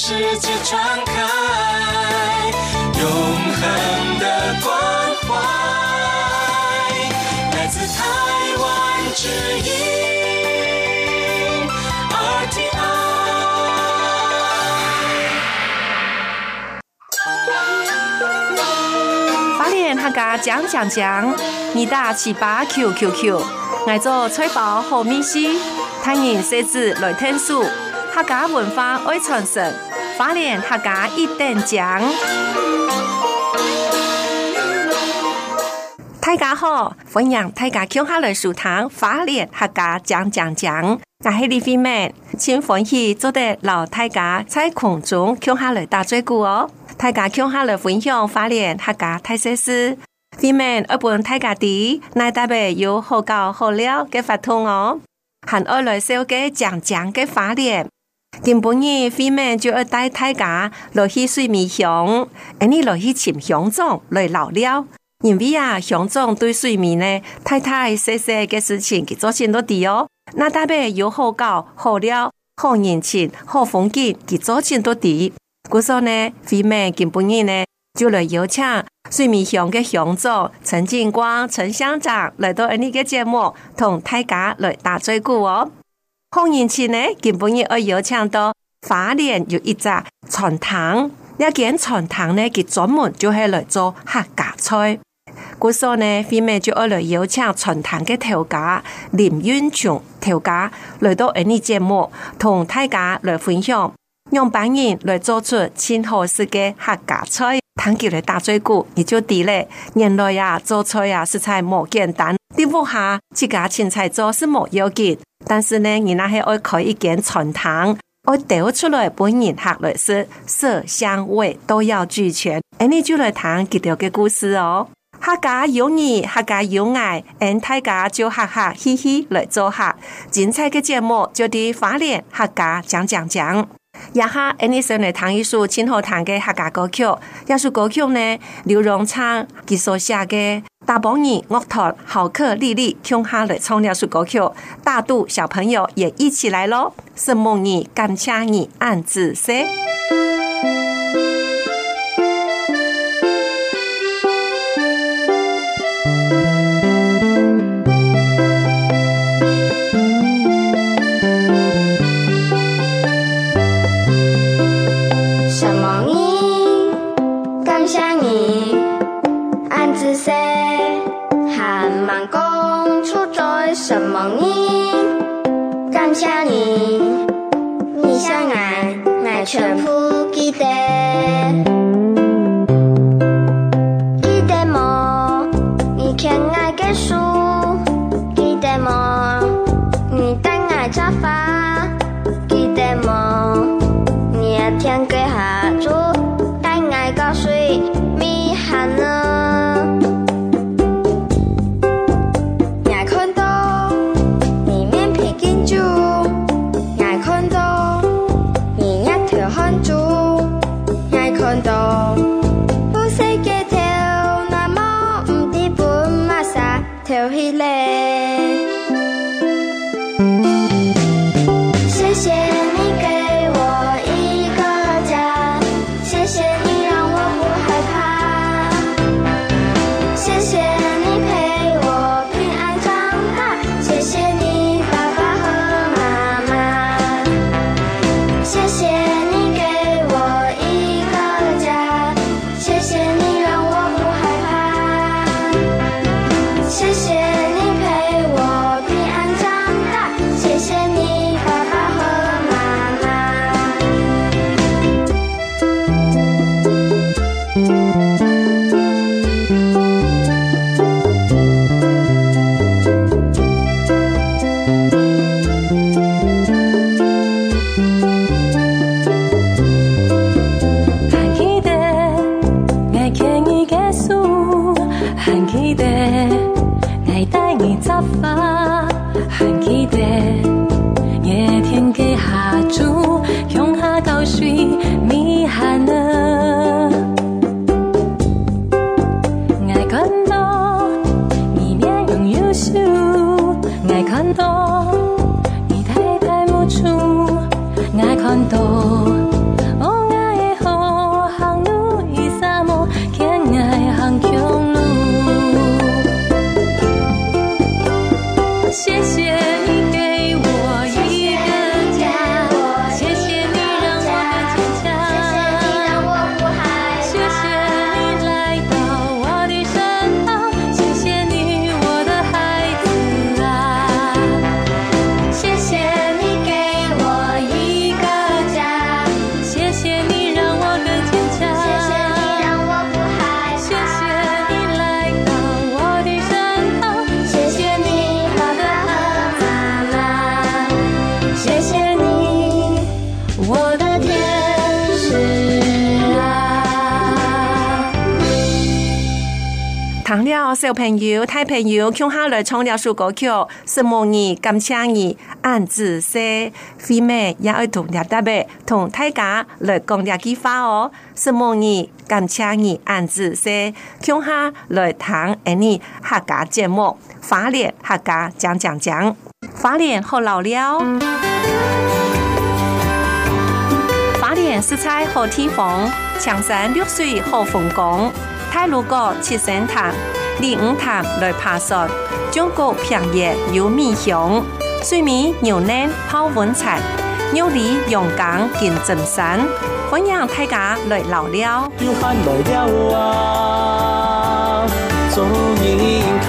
世界传开永恒的关怀，来自台湾之音 RTI。 花莲客家讲讲讲，你打78 QQQ， 爱做吹包好米西，谈人设置来听书，客家文化爱传承，花莲客家一等奖。大家好，欢迎大家共下来收聽花蓮客家講講講，我係李飛妹，請歡喜做得老大家在空中共下來打嘴鼓哦，大家共下來分享花蓮客家特色事，飛妹一本大家啲，乃代表有好教好料嘅法通哦，含愛來小嘅講講嘅花蓮。今晡日飛妹就要帶大家落去水面鄉，你落去尋鄉種來留了。因為鄉長對水面呢太細細嘅事情佢做真多啲哦，那代表有好搞、好料、好人情、好風景佢做真多啲。故所呢，飛妹今晡日呢就來邀請水面鄉嘅鄉長陳景光、陳鄉長來到呢個節目，同大家來打嘴鼓哦。好人情呢，今晡日我邀請到花蓮有一隻傳堂，一間傳堂呢佢專門就係來做客家菜。故所呢，飛妹就要來邀請傳堂嘅頭家林運瓊頭家來到呢節目，同大家來分享，用班人來做出親好食嘅客家菜，談起來打嘴鼓，你就知咧，原來做菜實在冇簡單。啲屋下自家凊彩做是冇要緊，但是呢，你那係愛開一間傳堂，愛調出來本人客來食，色香味都要俱全。你就來談幾條嘅故事哦。客家有義，客家有愛，大家就哈哈嘻嘻來做客。精彩嘅節目就啲花蓮客家講講講。一下你上來彈一首真好彈嘅客家歌曲，一首歌曲呢，劉榮昌佢所寫嘅大幫兒樂團好客麗麗共下來唱了首歌曲，大肚小朋友也一起來咯。什麼你感謝你按子說。 什麼你感謝你，你相愛，愛全部記得，記得麼？你看愛嘅書，記得麼？你帶愛茶發，記得麼？你也聽嘅下注，帶愛高水咪喊呢？跳起來，謝謝你給我一個家，謝謝你讓我不害怕，謝謝你陪我平安長大，謝謝你爸爸和媽媽，謝謝你給我一個家，謝謝你讓我不害怕，謝謝你陪我平安長大，謝謝你爸爸和媽媽。還記得我看你嘅書，還記得帶你雜髮，還記得夜天嘅下注，向下高水咪喊呢。我看到你面容優秀，我看到你太太無處，我看到哦。 唐了小朋友、大朋友，共下来唱了首歌曲，什么你感谢你，俺子说，飞妹也爱同大家同大家来讲两句话哦。什么你感谢你，俺子说，共下来谈你客家节目，花莲客家讲讲讲，花莲好老了。花莲色彩好地方，青山绿水好风光。太鲁閣七星潭、利五潭來爬山，中國平野有米香，水面牛奶泡溫泉，牛里陽江見真山，歡迎大家來留了。 要喊來了啊，做演卡，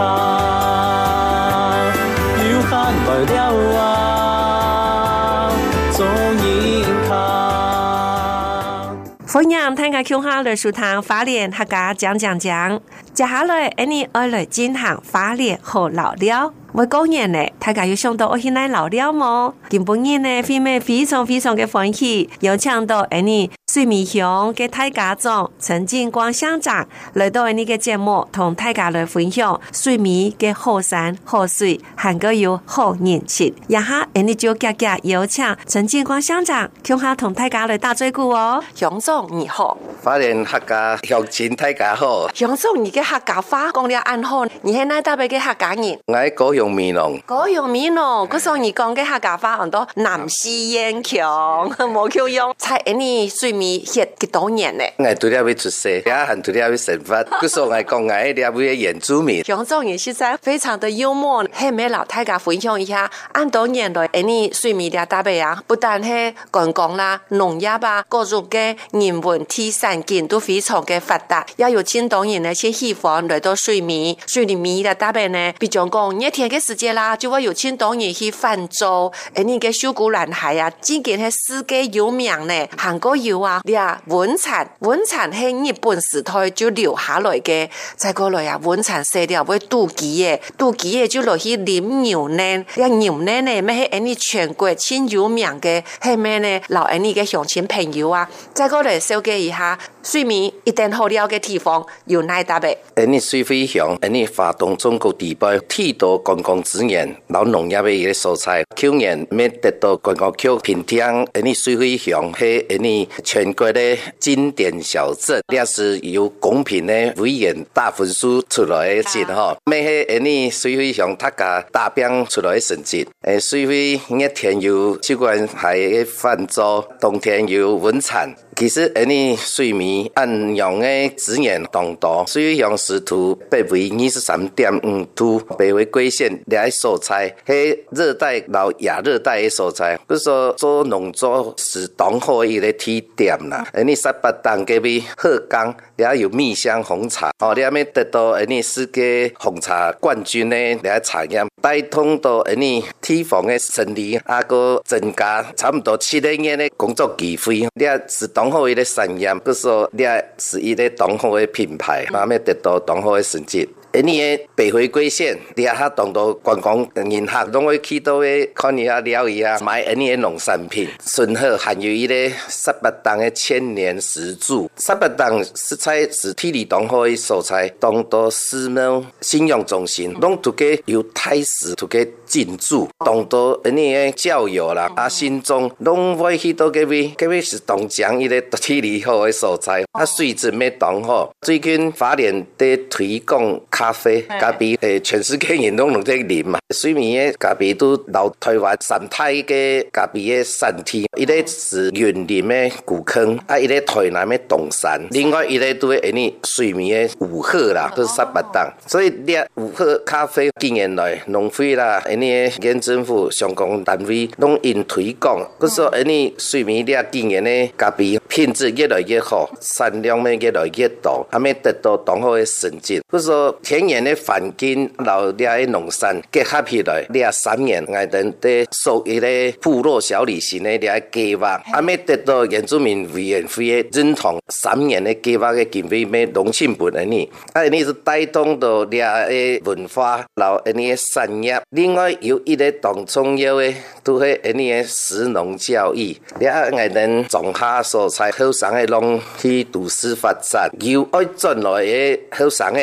要喊來了啊，做演卡。 歡迎大家共下來收聽花蓮客家講講講，接下來你愛來進行花蓮好老了。我講嘢呢，大家有想到我現在老了嗎？今本日呢，飛妹非常非常嘅歡喜，有請到你水米鄉嘅大家長陳進光鄉長來到你嘅節目，同大家來分享水米嘅好山好水，還個有好人情。一下你就夾夾有請陳進光鄉長，共下同大家來打嘴鼓哦。鄉長你好， 花蓮客家鄉親大家好。 鄉長你嘅客家話講了安好，你係哪搭嘅客家人？ 我係高雄美濃。 高雄美濃，嗰時你講嘅客家話很多南西煙強，冇夠用。在你水米學幾多年呢？ 我對了要出世，也還對了要成發。嗰時我講我係了要原住民。 鄉長你實在非常的幽默，係咪老大家分享一下？按多年來，你水米嘅大伯啊，不但係觀光啦、農業啊，各種嘅人文體產景都非常嘅發達。也有千多人呢，先喜歡來到水米嘅大伯呢，比如講一天嘅時間啦，就會有千多人去泛舟，你嘅秀姑蘭海啊，真嘅係世界有名呢。韓國有啊，溫泉係日本時代就留下來嘅，再過來啊，溫泉洗了會肚臍嘅就落去啉牛奶，牛奶呢咩係你全國真有名嘅，係咩呢？老你嘅鄉親朋友啊，再過來紹介一下，水米一定好了嘅地方有哪搭嘅？ 你水飛鄉，你發動中國地區剃刀觀光資源，老農業嘅一個素材，去年咩得到觀光局評定，你水飛鄉係你全國的經典小鎮，也是由公平的委員大分數出來的成吼。咩係你水飛鄉大家大標出來的成績？水飛一天有習慣係泛舟，冬天有溫泉。其實你水米按用的資源當多，水飛鄉視圖北緯23.5度，北緯歸線兩素材係熱帶到亞熱帶的素材，比如說做農作是當好一個起點啦。你18檔嗰邊鶴崗也有蜜香紅茶，你還沒得到你世界紅茶冠軍的兩產業，帶通到你地方的生理，個增加差不多7年的工作機會，你是當好一個產業，比如說你是一個當好的品牌，還沒得到當好的成績。你的北回歸線，你下當到觀光銀行都會去到嘅看一下了一下，買你的農產品。順後還有一個18檔的千年石柱，18檔食材是體力當好的素材，當到世貿信用中心，攏都給有泰石都給進駐，當到你的教友啦，新中攏會去到嗰邊是東江一個體力好的素材，水質咩當好。最近花蓮在推廣咖啡咖啡，全世界人都在啉嘛。水米的咖啡都老台灣三泰嘅咖啡嘅產地，一個是雲林的古坑，一個台南的東山，另外一個都係你水米的五鶴啦，都是18檔。所以你五鶴咖啡近年來農會啦，你縣政府相關單位攏因推廣，佢說你水米你近年的咖啡品質越來越好，產量呢越來越多，還沒得到當好的成績。佢說天然的環境，老啲嘅農產結合起來，你3年我哋在屬於咧部落小旅行的啲計劃，還沒得到原住民委員會的認同，3年的計劃嘅經費咩農產品嘅呢？你是帶動到啲嘅文化，老你嘅產業。另外有一個當重要的，都係你嘅食農教育，你我哋種下蔬菜，後生嘅攏去都市發展，有愛轉來嘅後生嘅。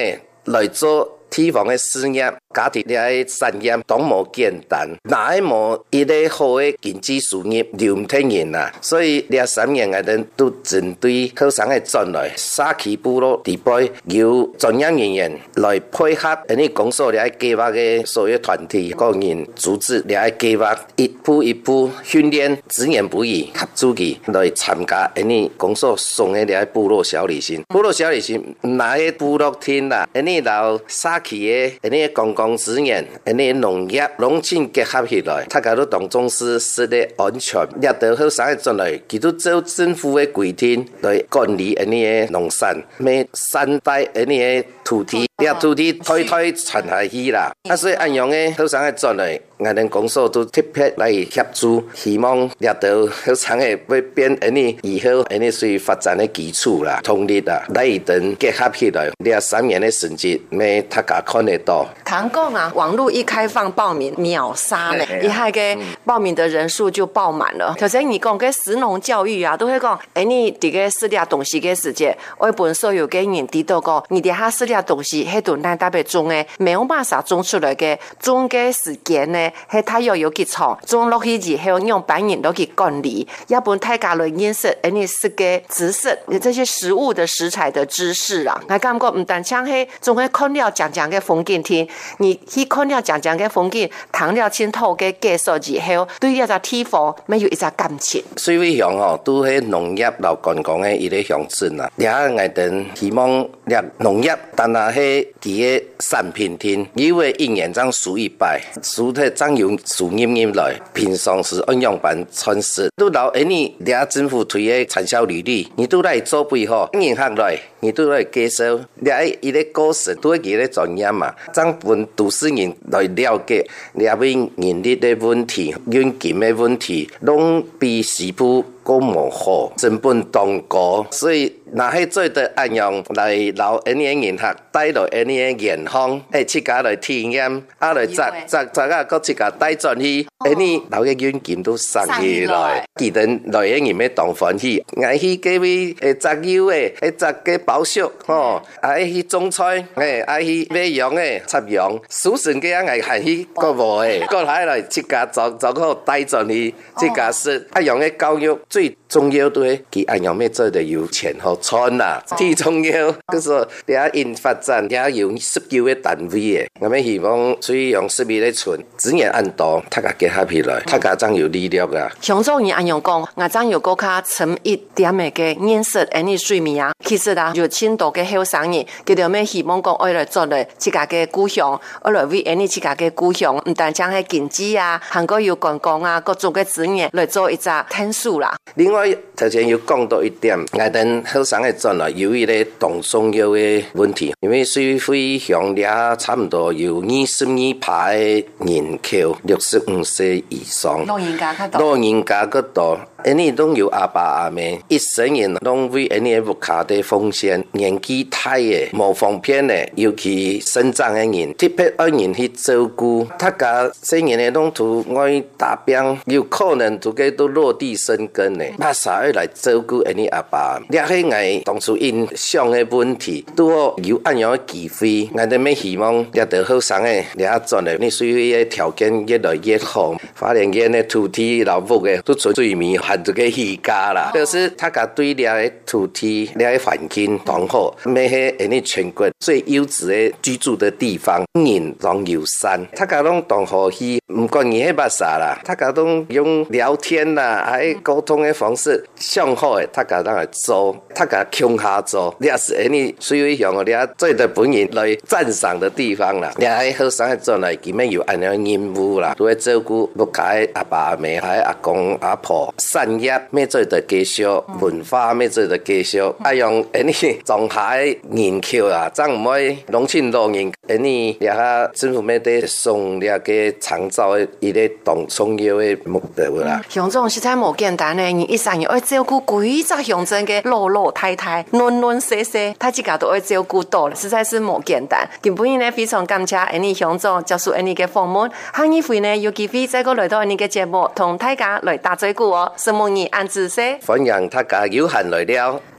来做地方的事业，家庭的产业都无简单，哪一无一个好的经济事业留唔听人啦。所以3年的人都针对后生的转来，社区部落地背由专业人员来配合你公所的计划的所有团体个人组织的计划，一步一步训练，直言不语合作起来参加你公所送的部落小旅行。部落小旅行哪个部落厅啦，你老社区的你公共资源，你农业农村结合起来，大家都当重视食的安全，掠到后生的转来，佢都照政府的规定来管理你的农产，咩善待你的土地，土地推传下去啦。所以按样的后生的转来，我哋公所都特别来协助，希望掠到后生的会变你以后你属发展的基础啦，同力啦，来一等结合起来，3年的成绩，咩大家看得到。 唐讲啊，网络一开放报名秒杀呢，一下个报名的人数就爆满了。头先你讲个食农教育啊，都会讲，你这个饲料东西嘅时间，我本所有嘅人知道讲，你哋下饲料东西，迄顿咱特别种嘅，没有办法种出来嘅，种嘅时间呢，迄它要有去创，种落去以后用白银落去管理，要不太加了认识，你是个知识，这些食物的食材的知识啊，我感觉唔但像迄种个看了讲嘅风景天。你去看了讲嘅风景，谈了清楚嘅介绍以后，对一个地方没有一个感情。 水尾乡都系农业老观光嘅一个乡镇啦。我哋希望农业，但系佢嘅产品厅，因为一年将数100，数睇将有数年来，平常时按样办传实，都老你政府推嘅产销履历，你都来做配合，银行来，你都来介绍，一个过程都系佢嘅专业嘛，将本都市人来了解，了解人力的问题、运金的问题，拢比西部更无好，成本当高，所以那系做得按样来留你嘅银行，带落你嘅银行，自家来体验，来个自家带转去，你留嘅运金都送起来，记得来嘅人咩当欢喜，爱去嗰位摘柚诶，摘嘅包熟，爱去种菜，爱去买羊诶，插羊，属神嘅爱行去个无诶，个来来自家做好带转去，自家是一样嘅教育。最重要都係佢按樣咩做得有錢好穿啦，最重要就是你因發展也有19個單位嘅，我們希望水用12個村資源按多，大家結合起來，大家真有力量啊！ 鄉長你按樣講，我真有個較深一點嘅認識，你水面啊，其實啊有千多嘅後生人，佢哋咩希望講愛來做嚟自家嘅故鄉，愛來為你自家嘅故鄉，唔但將係經濟啊，還個有觀光啊，各種嘅資源來做一隻天數啦。 另外，頭先有講到一點，我哋後生嘅轉來有一個動重要嘅問題，因為水會鄉也差唔多有22%嘅人口65歲以上， 老人家嗰度。你都有阿爸阿媽，一生人都為你物價的風險，年紀大嘅無方便嘅，尤其生長嘅人，特別愛人去照顧，大家生人嘅都都愛打拼，有可能都嘅都落地生根嘅，馬上要來照顧你阿爸。你係我當初因想嘅問題，都有按樣嘅機會，我哋咩希望你哋後生嘅，你阿轉嚟，你水嘅條件越來越好，花蓮縣嘅土地老屋嘅都最美。這個魚家啦，就是大家對你的土地、你的環境當好，咩係你全國最優質的居住的地方，人當友善，大家都當好去，唔管你係乜啥啦，大家都用聊天啦，喺溝通的方式上好嘅，大家都來做，大家共下做，你也是你水尾鄉，你也最得本人來讚賞的地方啦，你喺後生做嚟，佢咩有按樣任務啦，都會照顧屋企阿爸阿媽、阿公阿婆。產業咩做得繼續，文化咩做得繼續，用你上海人口啊，真唔可以農村老人，你也下政府咩得送你個創造一個當重要的目標啦。 鄉長實在冇簡單咧，你一生要愛照顧幾隻鄉鎮嘅老老太太、嫩嫩細細，他自家都愛照顧到，實在是冇簡單。今晡日呢非常感謝你鄉長接受你嘅訪問，下一回呢有機會再過來到你嘅節目，同大家來打嘴鼓哦。什麼你按字寫？ 歡迎大家有閒來了。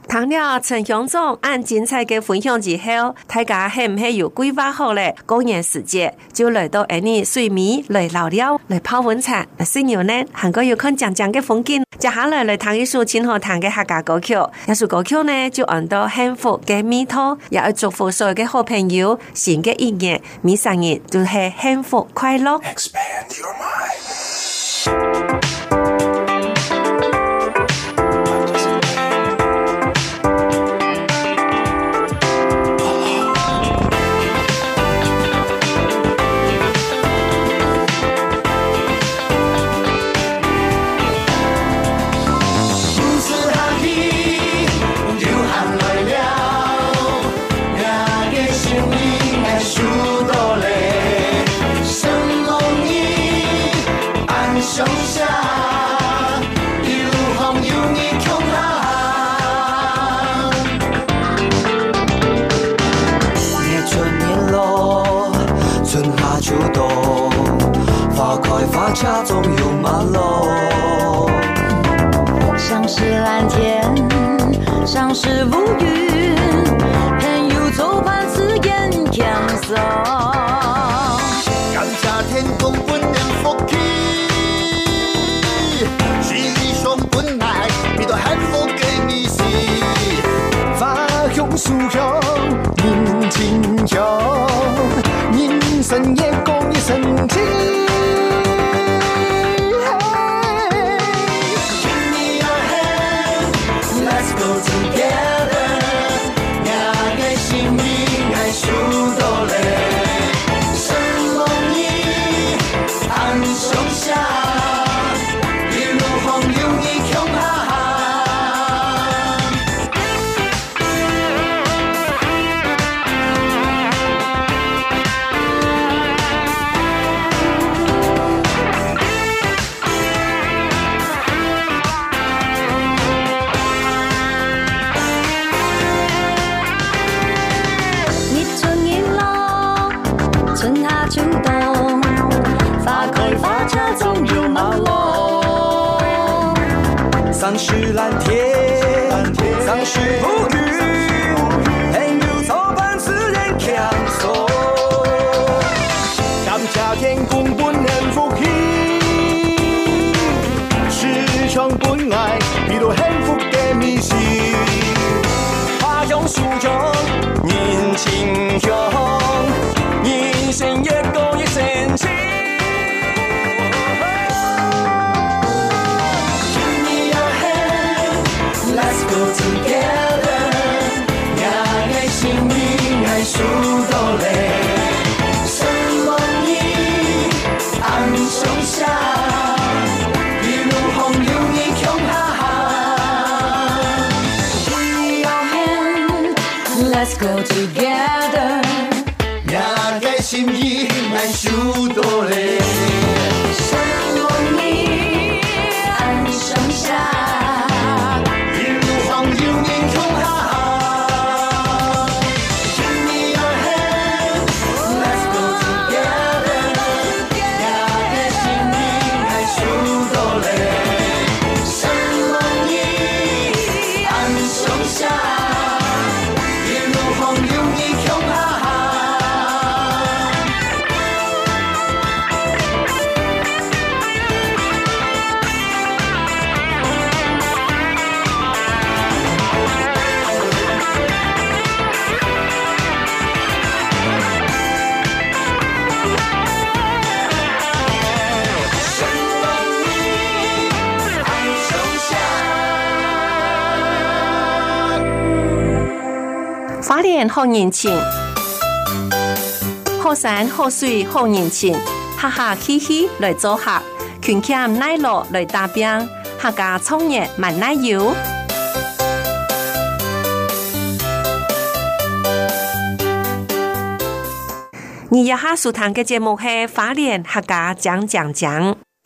談了陳鄉長按精彩嘅分享之後，大家係唔係有規劃好咧？過年時節就來到呢水面來撈料，來泡溫泉。新年呢，還個要看講講嘅風景。接下來彈一首真好聽嘅客家歌曲，一首歌曲呢就按到幸福嘅味道，也要祝福所有嘅好朋友，新嘅一年，每生日都係幸福快樂。 Expand your mind. 花恰总有马路，像是蓝天，像是乌云，朋友走伴自然享受。 感谢天公本人福气，是理想本来，遇到幸福嘅意思。花香树香，人情香，人生也讲一生情。 上是蓝天，上是乌云，朋友走伴自然享受。 感谢天公本人福气，时常本来遇到幸福嘅秘事。 花香树香，人情香，人生一個一生情。 树多嘞，生梦里暗松下，一路紅要你強下。 We are hand, let's go together。 呀嘅心意愛樹多嘞， 生夢里暗松下， 一路紅要你強下。 花蓮好年輕，好山好水好年輕，哈哈嘻嘻來做客，群cam奶酪來打餅，客家創業慢奶油。你一下收聽嘅節目係花蓮客家講講講。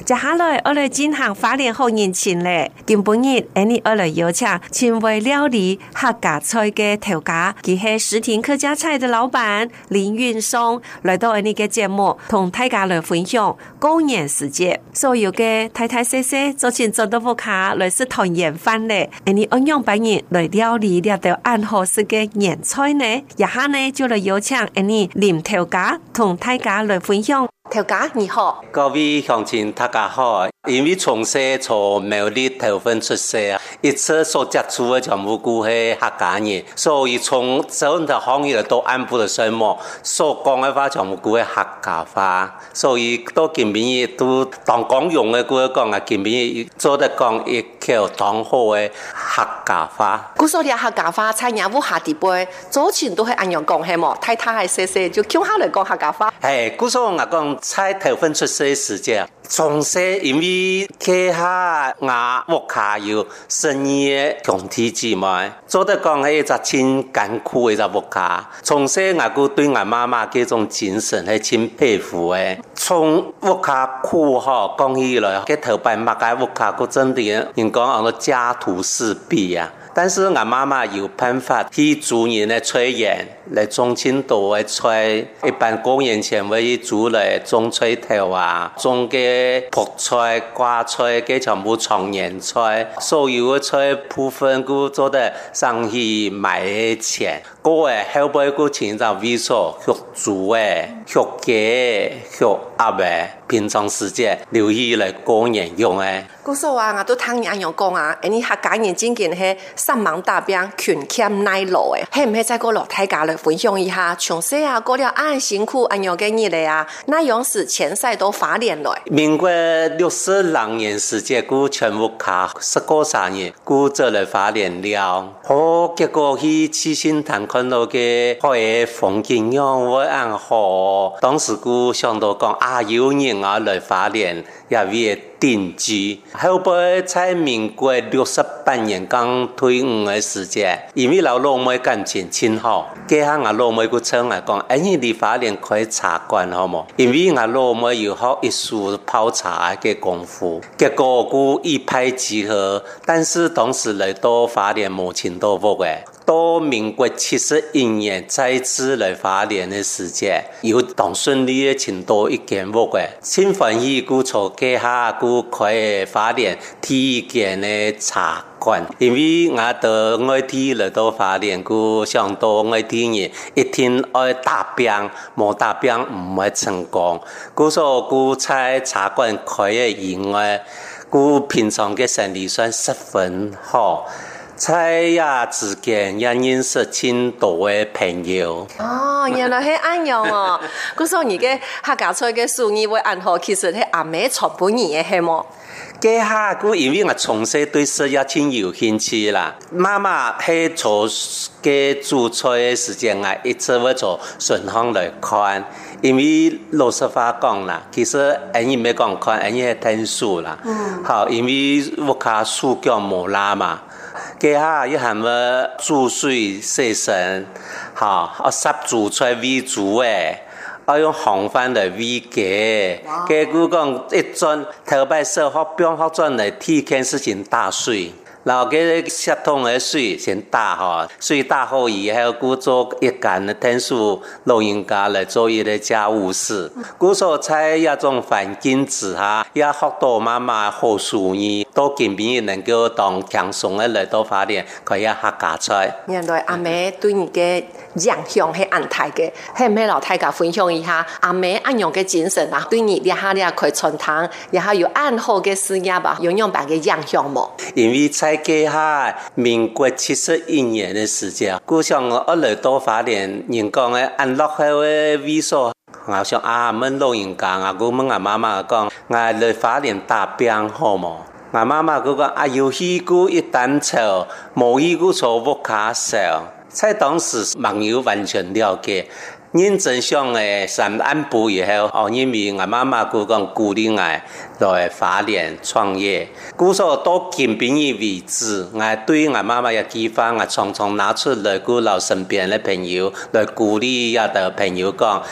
接下來我來進行花蓮好人情咧，今晡日我來邀請前衛料理客家菜嘅頭家，佢係石亭客家菜的老闆林運松，來到我哋嘅節目，同大家來分享過年時節所有嘅太太細細做前做到屋卡來食團圓飯咧，你安樣扮演來料理呢道暗好食嘅年菜呢？一下呢就來邀請你林頭家同大家來分享。頭家你好， 各位鄉親大家好，因為從細從苗栗頭份出世啊，一直所接觸的全部都係客家人，所以從整個行業到安部的什麼所講的話全部都係客家話，所以到今邊都當講用的嗰個講啊，今邊做得講一口當好的客家話。 古說啲客家話在人物下地輩，早前都係按樣講係麼？太太係細細就講下嚟講客家話。 係，古說我講。在頭份出世的時節，從細因為家下我屋卡有生意的兄弟姊妹，做得講係一個真艱苦的一個屋卡。從細我個對我媽媽這種精神係真佩服的。從屋卡苦嗬講起來，個頭擺擘個屋卡個真的人講我家徒四壁啊。但是我媽媽有辦法去煮人的炊煙，來種青豆的炊，一般過年前會煮來種炊頭啊，種個卜菜、瓜菜，給全部長年菜，所有的菜部分都做得上去賣錢。個誒後背個錢就為所學煮誒、學雞、學鴨誒，平常時間留意來過年用誒。 古說啊，我都聽人樣講啊，你客家人真嘅係三忙大病，權欠耐勞誒，係唔係再過落大家來分享一下？從細啊過了暗辛苦按樣嘅日嚟啊，那樣是前世都發連來。 民國62年時節，佢全部卡19年，佢做嚟發連了。好，結果去七星潭看到嘅好嘅風景樣，我按好，當時佢想到講啊，有人啊來發連，也會定居。後背在民國68年剛退伍的時間，因為老妹感情真好，加上我老妹個稱來講，你嚟花蓮開茶館好冇？因為我老妹有學藝術泡茶嘅功夫，結果我一拍即合，但是當時來到花蓮冇錢到屋嘅。到民國71年再次來花蓮的時間，有當順利的請到一間屋嘅，新歡喜佢坐家下佢開花蓮第一間的茶館，因為我到外地來到花蓮，佢想到外地人一定愛打拼，冇打拼唔會成功。佢說佢在茶館開嘅以外，佢平常嘅生意算十分好。在呀之間也認識很多的朋友。 哦，原來係咁樣哦。嗰時候你嘅客家菜嘅屬意會按好，其實係阿妹傳本嘢係麼？ 家下佢因為我從細對食也真有興趣啦。媽媽喺做嘅煮菜嘅時間，我一直會做順行來看。因為老實話講啦，其實你唔係講看，你係聽書啦。好，因為我卡書叫冇啦嘛。家下一含個煮水洗身，好，濕煮出來煨煮誒，我用紅飯來煨嘅，結果講一轉頭擺燒好變好轉來提前事情打水。然後給sep桶的水先打好，水打好以後，佢做一間的天數老人家來做一個家務事。佢說在一種環境之下，也學到媽媽好屬意，到今邊能夠當輕鬆的來到花蓮，可以客家菜。 原來阿妹對你嘅影響係安大嘅，係唔係老大家分享一下阿妹按樣嘅精神啊？對你一下你可以傳承，然後有按好嘅事業吧，有樣辦嘅影響冇？ 因為在家下民國71年的時間，我想我來到花蓮，人講嘅安樂後嘅位所，我想啊，問老人家啊，我問我媽媽講，我來花蓮打拼好冇？我媽媽佢講啊，有去過一單車，冇去過坐屋卡上，在當時網友完全了解。認真想誒，上安部以後，因為我媽媽佢講鼓勵我來花蓮創業。佢說到今邊嘅為止，我對我媽媽嘅計劃，我常常拿出來佢老身邊嘅朋友來鼓勵一啲朋友講。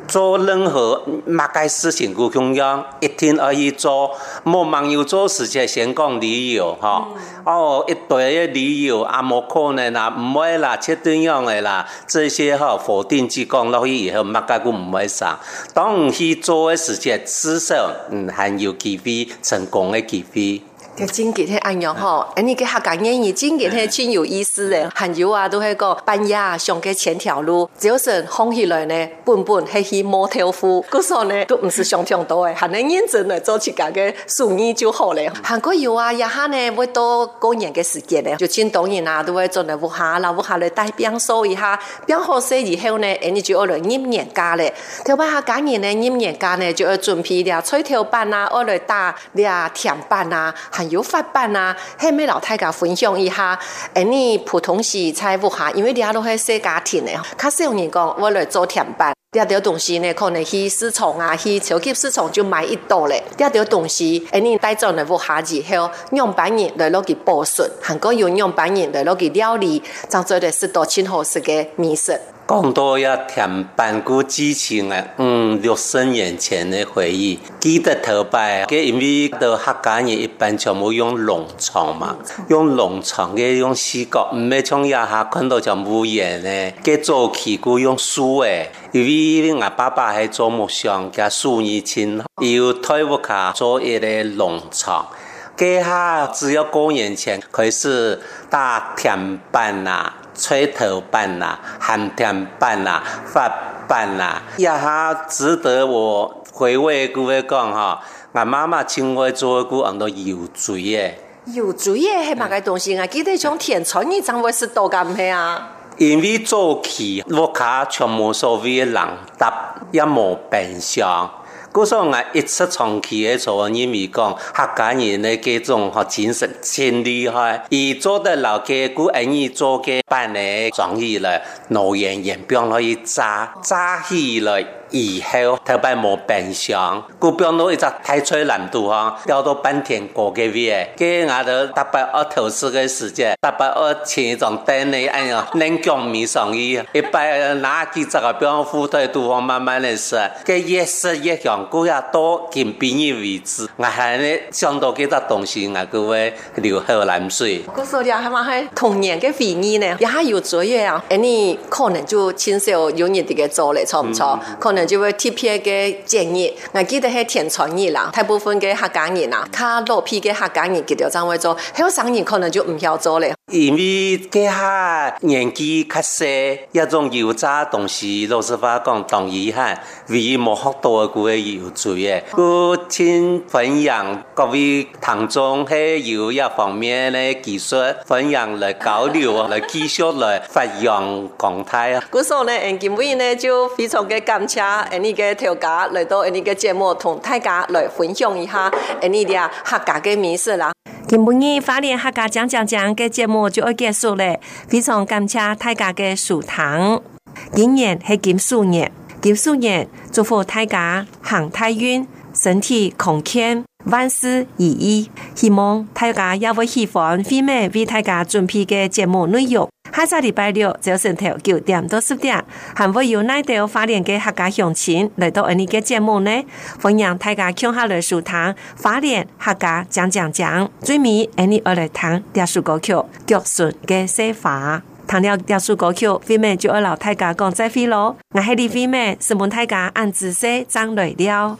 做任何乜嘅事情，佢咁樣一定要去做，冇忙要做事情，先講理由嚇。一堆嘅理由啊，冇可能啦，唔會啦，切斷樣嘅啦，這些否定之講落去以後，乜嘅佢唔會上。當去做嘅事情，至少還有機會成功嘅機會。 嘅真嘅係安樣吼，你嘅客家語言真嘅係真有意思嘅，還有啊都係個半夜上嘅前條路，只要是放起來呢，本係去摸豆腐，嗰時候呢都唔是上聽到嘅，還能認真嚟做自家嘅事業就好咧。韓國有啊，一下呢會到過年嘅時間咧，就請當然啊都會做嚟屋下啦，屋下嚟帶餅掃一下，餅好勢以後呢，你就要嚟入年假咧，特別客家人呢入年假呢就要準備啲菜頭飯啊，我嚟打啲甜飯啊，有發辦啊，係咪老大家分享一下？你普通時在屋下，因為啲都係小家庭嘅，較少人講我來做甜辦。啲東西呢，可能去市場啊，去超級市場就買一袋咧。啲東西，你帶走嚟屋下之後，用半年來攞佢保存，韓國用半年來攞佢料理，將做嚟10多千好食嘅美食。 講到要甜辦古之前啊，60年前的回憶，記得頭擺，因為到客家人一般全部用農場嘛，用農場嘅用絲角，唔係像一下看到就無鹽咧，嘅做起古用樹誒，因為我爸爸係做木匠，嘅樹葉青，要推屋下做一個農場。嘅下只要過年前開始打甜辦啊。吹頭辦啦、鹹甜辦啦、發辦啦，一下值得我回味。各位講哈，我媽媽請我做個很多油水嘅。 油水嘅係乜嘅東西啊？記得種甜菜你怎會是多咁嘅啊？ 因為早期屋下全部所謂嘅人搭也冇冰箱。嗰時候我一出長期嘅時候，因為講客家人嘅嗰種精神真厲害，而做得老嘅古人兒做嘅辦嘅裝起來，農園鹽餅可以炸起來。以後特別冇冰箱，古邊度一隻太吹難度掉到半天過個月，跟我哋特別要投資嘅時間，特別要請一種燈呢，哎呀，能講米上衣，一擺拿幾隻個邊副對度方慢慢嚟食，佢越食越香，古也多見比喻為止，我係呢想到幾隻東西，我佢會流口藍水。 嗰時候你係咪係童年嘅回憶呢？也係有做嘢啊，你可能就親手有你哋嘅做嚟，錯唔錯？可能就會特別嘅建議，我記得係田傳人啦，大部分嘅客家人啦，較老皮嘅客家人佢哋就會做，後生人可能就唔曉做咧。 因為佢下年紀較細，一種油炸東西，老實話講，當遺憾，唯一冇學到嘅嗰個油水嘅，佢請分享各位聽眾喺油一方面嘅技術，分享來交流，來繼續來發揚光大啊！ 嗰時候呢，今日呢就非常嘅感謝你嘅頭家來到你嘅節目，同大家來分享一下你哋客家嘅美食啦。今日花蓮客家講嘅節目就要結束咧，非常感謝大家嘅收聽。今年係金鼠年，金鼠年祝福大家行大運，身體康健，萬事如意。希望大家也會喜歡飛妹為大家準備嘅節目內容。下個禮拜六早上頭9點到10點，還會有內地花蓮嘅客家鄉親來到你嘅節目呢，歡迎大家共下來收聽花蓮客家講，最尾你我來聽第首歌曲《腳順嘅寫法》。聽了第首歌曲，飛妹就要老大家講再會咯。我係李飛妹，希望大家按姿勢站來了。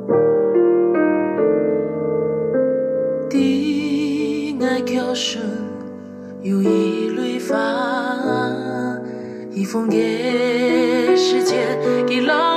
第愛腳順有一縷髮，一封嘅時間，一浪。